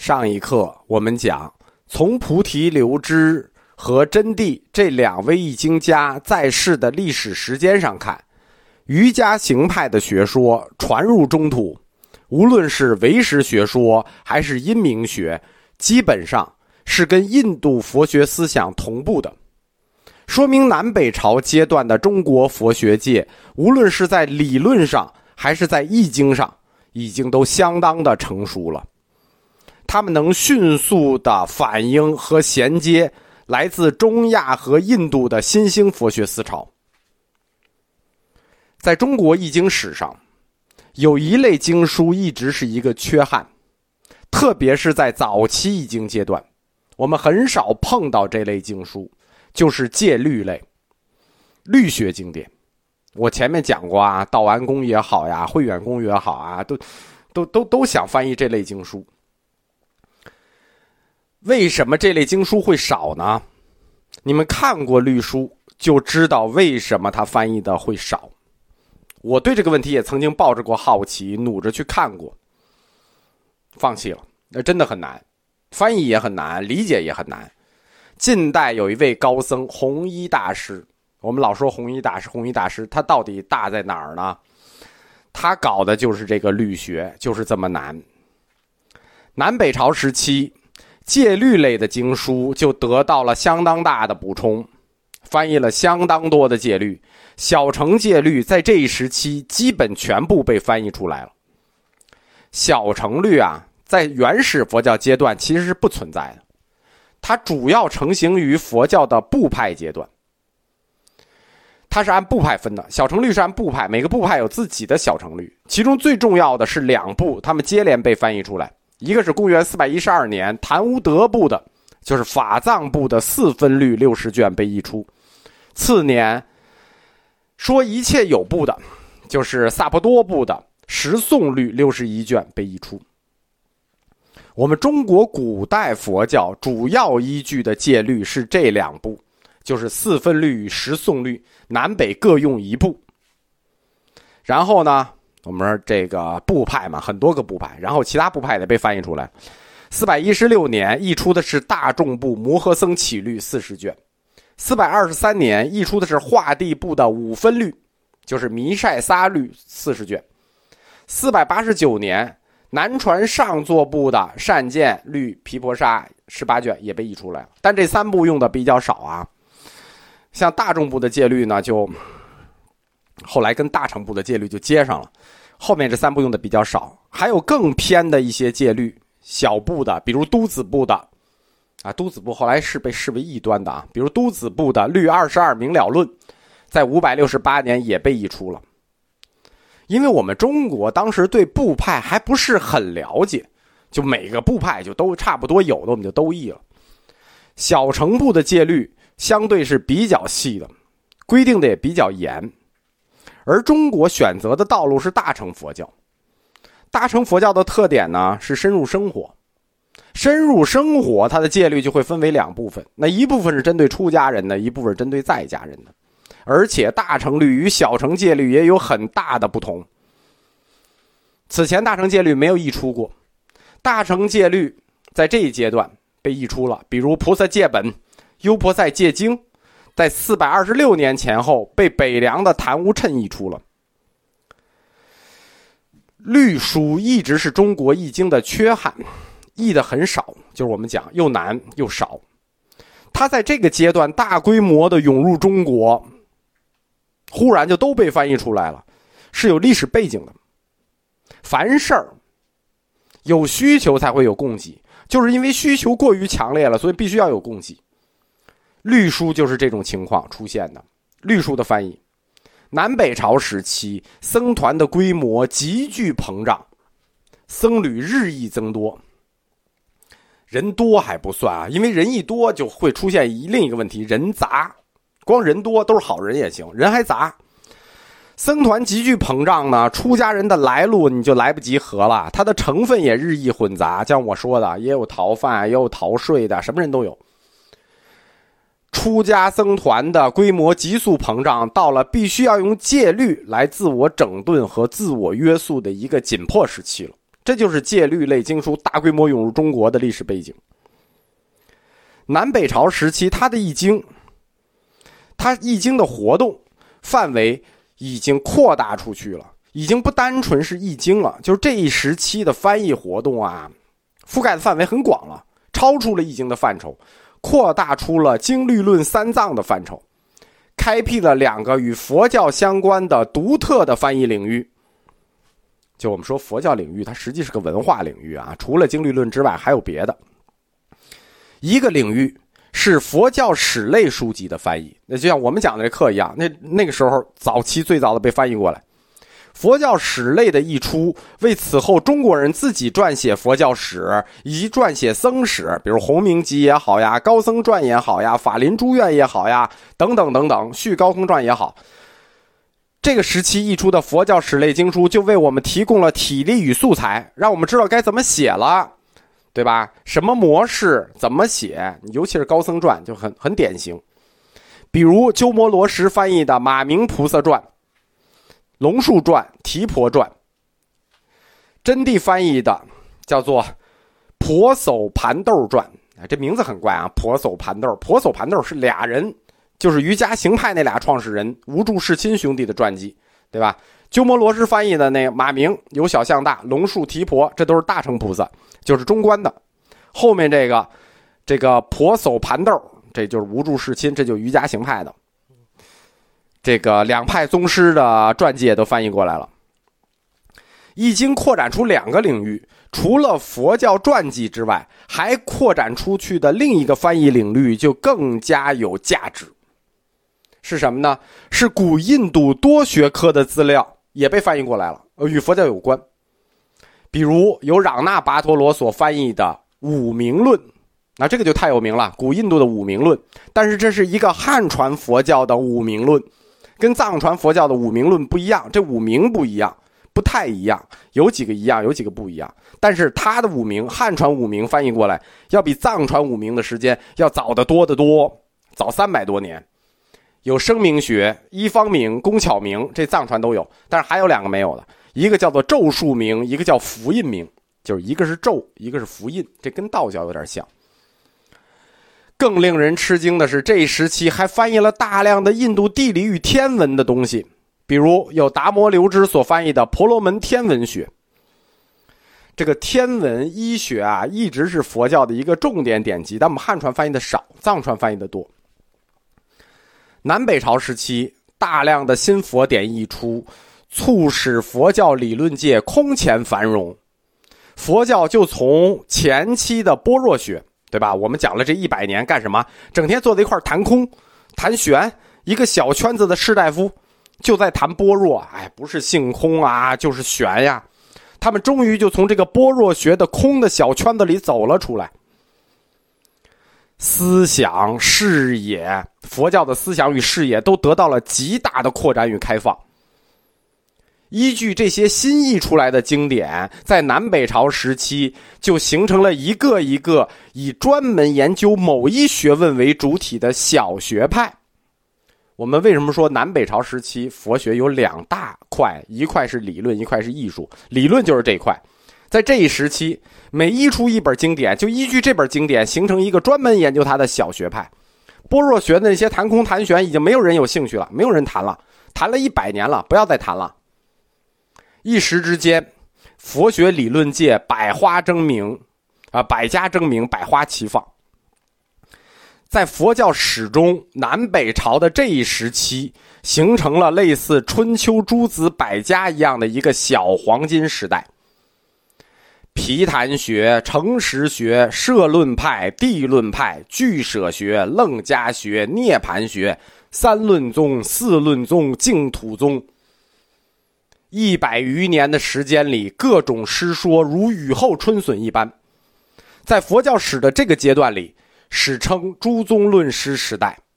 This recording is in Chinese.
上一课我们讲，从菩提流支和真谛这两位易经家在世的历史时间上看，瑜伽行派的学说传入中土，无论是唯识学说还是阴明学，基本上是跟印度佛学思想同步的，说明南北朝阶段的中国佛学界，无论是在理论上还是在易经上，已经都相当的成熟了。他们能迅速的反映和衔接来自中亚和印度的新兴佛学思潮。在中国易经史上，有一类经书一直是一个缺憾，特别是在早期易经阶段，我们很少碰到这类经书，就是戒律类、律学经典。我前面讲过啊，道安公也好呀，慧远公也好啊，都想翻译这类经书。为什么这类经书会少呢？你们看过律书就知道为什么它翻译的会少。我对这个问题也曾经抱着过好奇，努着去看过，放弃了。那真的很难，翻译也很难，理解也很难。近代有一位高僧弘一大师，我们老说弘一大师他到底大在哪儿呢？他搞的就是这个律学，就是这么难。南北朝时期戒律类的经书就得到了相当大的补充，翻译了相当多的戒律，小乘戒律在这一时期基本全部被翻译出来了。小乘律啊，在原始佛教阶段其实是不存在的，它主要成型于佛教的部派阶段。它是按部派分的，小乘律是按部派，每个部派有自己的小乘律，其中最重要的是两部，它们接连被翻译出来。一个是公元412年昙无德部的，就是法藏部的四分律60卷被译出。次年说一切有部的，就是萨婆多部的十颂律61卷被译出。我们中国古代佛教主要依据的戒律是这两部，就是四分律与十颂律，南北各用一部。然后呢，我们这个部派嘛，很多个部派，然后其他部派也被翻译出来。416年译出的是大众部摩诃僧起律40卷。423年译出的是化地部的五分律，就是弥晒撒律40卷。489年南传上座部的善见律毗婆沙18卷也被译出来了，但这三部用的比较少啊。像大众部的戒律呢，就后来跟大乘部的戒律就接上了，后面这三部用的比较少。还有更偏的一些戒律，小部的，比如都子部的啊，都子部后来是被视为异端的啊，比如都子部的律22明了论，在568年也被译出了。因为我们中国当时对部派还不是很了解，就每个部派就都差不多有的我们就都译了。小乘部的戒律相对是比较细的，规定的也比较严，而中国选择的道路是大乘佛教。大乘佛教的特点呢是深入生活，深入生活它的戒律就会分为两部分，那一部分是针对出家人的，一部分是针对在家人的。而且大乘律与小乘戒律也有很大的不同。此前大乘戒律没有译出过，大乘戒律在这一阶段被译出了，比如菩萨戒本、优婆塞戒经，在426年前后被北凉的昙无谶译出了。律书一直是中国易经的缺憾，译的很少，就是我们讲又难又少。它在这个阶段大规模的涌入中国，忽然就都被翻译出来了，是有历史背景的。凡事有需求才会有供给，就是因为需求过于强烈了，所以必须要有供给。律书就是这种情况出现的。律书的翻译，南北朝时期僧团的规模急剧膨胀，僧侣日益增多。人多还不算啊，因为人一多就会出现另一个问题，人杂。光人多都是好人也行，人还杂。僧团急剧膨胀呢，出家人的来路你就来不及合了，它的成分也日益混杂，像我说的，也有逃犯，也有逃税的，什么人都有。出家僧团的规模急速膨胀，到了必须要用戒律来自我整顿和自我约束的一个紧迫时期了。 这就是戒律类经书大规模涌入中国的历史背景。南北朝时期，它易经的活动范围已经扩大出去了，已经不单纯是易经了，就是这一时期的翻译活动啊，覆盖的范围很广了，超出了易经的范畴，扩大出了经律论三藏的范畴，开辟了2个与佛教相关的独特的翻译领域。就我们说佛教领域，它实际是个文化领域啊，除了经律论之外还有别的。一个领域是佛教史类书籍的翻译，那就像我们讲的这课一样，那个时候最早的被翻译过来。佛教史类的译出，为此后中国人自己撰写佛教史以及撰写僧史，比如《洪明集》也好呀，《高僧传》也好呀，《法林诸愿》也好呀，等等等等，《续高僧传》也好，这个时期译出的佛教史类经书就为我们提供了体例与素材，让我们知道该怎么写了，对吧？什么模式怎么写，尤其是高僧传就很典型。比如鸠摩罗什翻译的马明菩萨传、龙树传、提婆传，真谛翻译的叫做婆叟盘豆传，这名字很怪啊，婆叟盘豆。婆叟盘豆是俩人，就是瑜伽行派那俩创始人无著世亲兄弟的传记，对吧？鸠摩罗什翻译的那个马明由小向大、龙树、提婆，这都是大乘菩萨，就是中观的。后面这个婆叟盘豆，这就是无著世亲，这就是瑜伽行派的。这个两派宗师的传记也都翻译过来了。易经扩展出2个领域，除了佛教传记之外，还扩展出去的另一个翻译领域就更加有价值。是什么呢？是古印度多学科的资料也被翻译过来了，与佛教有关。比如由壤那跋陀罗所翻译的五明论，那这个就太有名了，古印度的五明论。但是这是一个汉传佛教的五明论，跟藏传佛教的五明论不一样，这五明不一样，不太一样，有几个一样，有几个不一样。但是他的五明，汉传五明翻译过来要比藏传五明的时间要早得多得多，早300多年。有声明学、一方明、工巧明，这藏传都有，但是还有2个没有的，一个叫做咒术明，一个叫符印明，就是一个是咒，一个是符印，这跟道教有点像。更令人吃惊的是，这一时期还翻译了大量的印度地理与天文的东西，比如有达摩留支所翻译的婆罗门天文学。这个天文医学啊，一直是佛教的一个重点典籍，但我们汉传翻译的少，藏传翻译的多。南北朝时期，大量的新佛典译出，促使佛教理论界空前繁荣。佛教就从前期的般若学，对吧？我们讲了这100年干什么？整天坐在一块谈空、谈玄，一个小圈子的士大夫就在谈般若，不是性空啊，就是玄呀。他们终于就从这个般若学的空的小圈子里走了出来。思想、视野，佛教的思想与视野都得到了极大的扩展与开放。依据这些新译出来的经典，在南北朝时期就形成了一个一个以专门研究某一学问为主体的小学派。我们为什么说南北朝时期佛学有2大块，一块是理论，一块是艺术？理论就是这一块。在这一时期，每译出一本经典，就依据这本经典形成一个专门研究它的小学派。般若学的那些谈空谈玄已经没有人有兴趣了，没有人谈了，谈了100年了，不要再谈了。一时之间，佛学理论界百花争鸣，百家争鸣，百花齐放。在佛教史中，南北朝的这一时期形成了类似春秋诸子百家一样的一个小黄金时代。毗昙学、诚实学、摄论派、地论派、俱舍学、楞伽学、涅盘学、三论宗、四论宗、净土宗，100余年的时间里，各种师说如雨后春笋一般。在佛教史的这个阶段里，史称诸宗论师时代。